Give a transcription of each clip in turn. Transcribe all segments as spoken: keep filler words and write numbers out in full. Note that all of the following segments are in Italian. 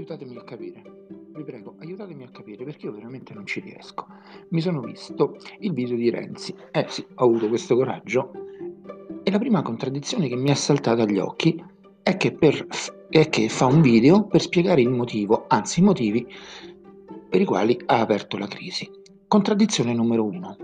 Aiutatemi a capire. Vi prego, aiutatemi a capire perché io veramente non ci riesco. Mi sono visto il video di Renzi. Eh sì, ho avuto questo coraggio. E la prima contraddizione che mi è saltata agli occhi è che, per, è che fa un video per spiegare il motivo, anzi i motivi per i quali ha aperto la crisi. Contraddizione numero uno.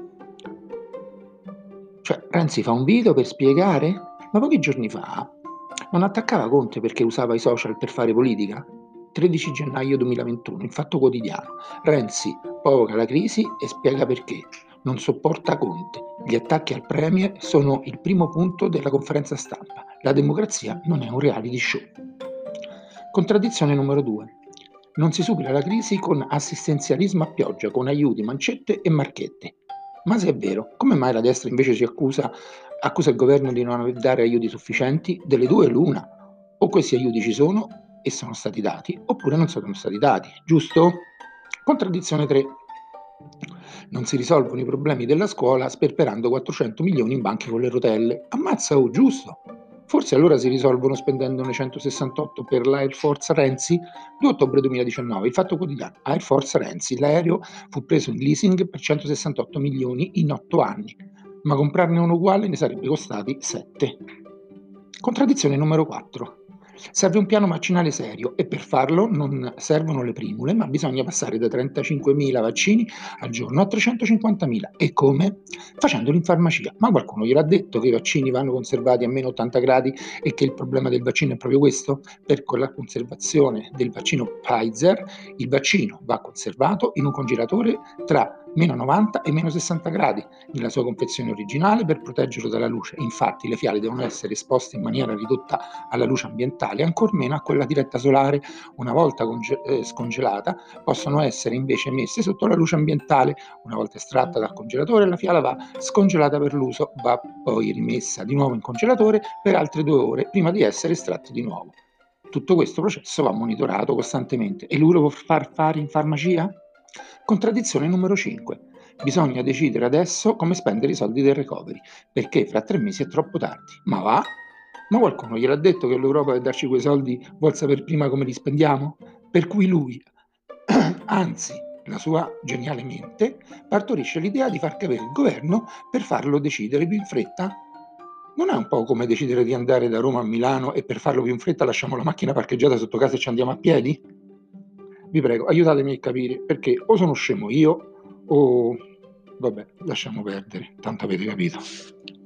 Cioè, Renzi fa un video per spiegare, ma pochi giorni fa non attaccava Conte perché usava i social per fare politica? tredici gennaio duemilaventuno, il Fatto Quotidiano. Renzi provoca la crisi e spiega perché. Non sopporta Conte. Gli attacchi al Premier sono il primo punto della conferenza stampa. La democrazia non è un reality show. Contraddizione numero due. Non si supera la crisi con assistenzialismo a pioggia, con aiuti, mancette e marchette. Ma se è vero, come mai la destra invece si accusa, accusa il governo di non dare aiuti sufficienti? Delle due l'una. O questi aiuti ci sono e sono stati dati, oppure non sono stati dati, giusto? Contraddizione tre. Non si risolvono i problemi della scuola sperperando quattrocento milioni in banche con le rotelle. Ammazza, oh, giusto? Forse allora si risolvono spendendone centosessantotto per l'Air Force Renzi? due ottobre duemiladiciannove, il Fatto Quotidiano. Air Force Renzi, l'aereo fu preso in leasing per centosessantotto milioni in otto anni, ma comprarne uno uguale ne sarebbe costati sette. Contraddizione numero quattro. Serve un piano vaccinale serio e per farlo non servono le primule, ma bisogna passare da trentacinquemila vaccini al giorno a trecentocinquantamila. E come? Facendoli in farmacia. Ma qualcuno gliel'ha detto che i vaccini vanno conservati a meno ottanta gradi e che il problema del vaccino è proprio questo? Per con la conservazione del vaccino Pfizer, il vaccino va conservato in un congelatore tra meno novanta e meno sessanta gradi nella sua confezione originale per proteggerlo dalla luce. Infatti le fiale devono essere esposte in maniera ridotta alla luce ambientale, ancor meno a quella diretta solare. Una volta conge- eh, scongelata possono essere invece messe sotto la luce ambientale. Una volta estratta dal congelatore la fiala va scongelata per l'uso, va poi rimessa di nuovo in congelatore per altre due ore prima di essere estratti di nuovo. Tutto questo processo va monitorato costantemente e lui lo può far fare in farmacia? Contraddizione numero cinque. Bisogna decidere adesso come spendere i soldi del recovery, perché fra tre mesi è troppo tardi. Ma va? Ma qualcuno gliel'ha detto che l'Europa per darci quei soldi vuol sapere prima come li spendiamo? Per cui lui, anzi, la sua geniale mente, partorisce l'idea di far cadere il governo per farlo decidere più in fretta? Non è un po' come decidere di andare da Roma a Milano e per farlo più in fretta lasciamo la macchina parcheggiata sotto casa e ci andiamo a piedi? Vi prego, aiutatemi a capire, perché o sono scemo io o vabbè, lasciamo perdere, tanto avete capito.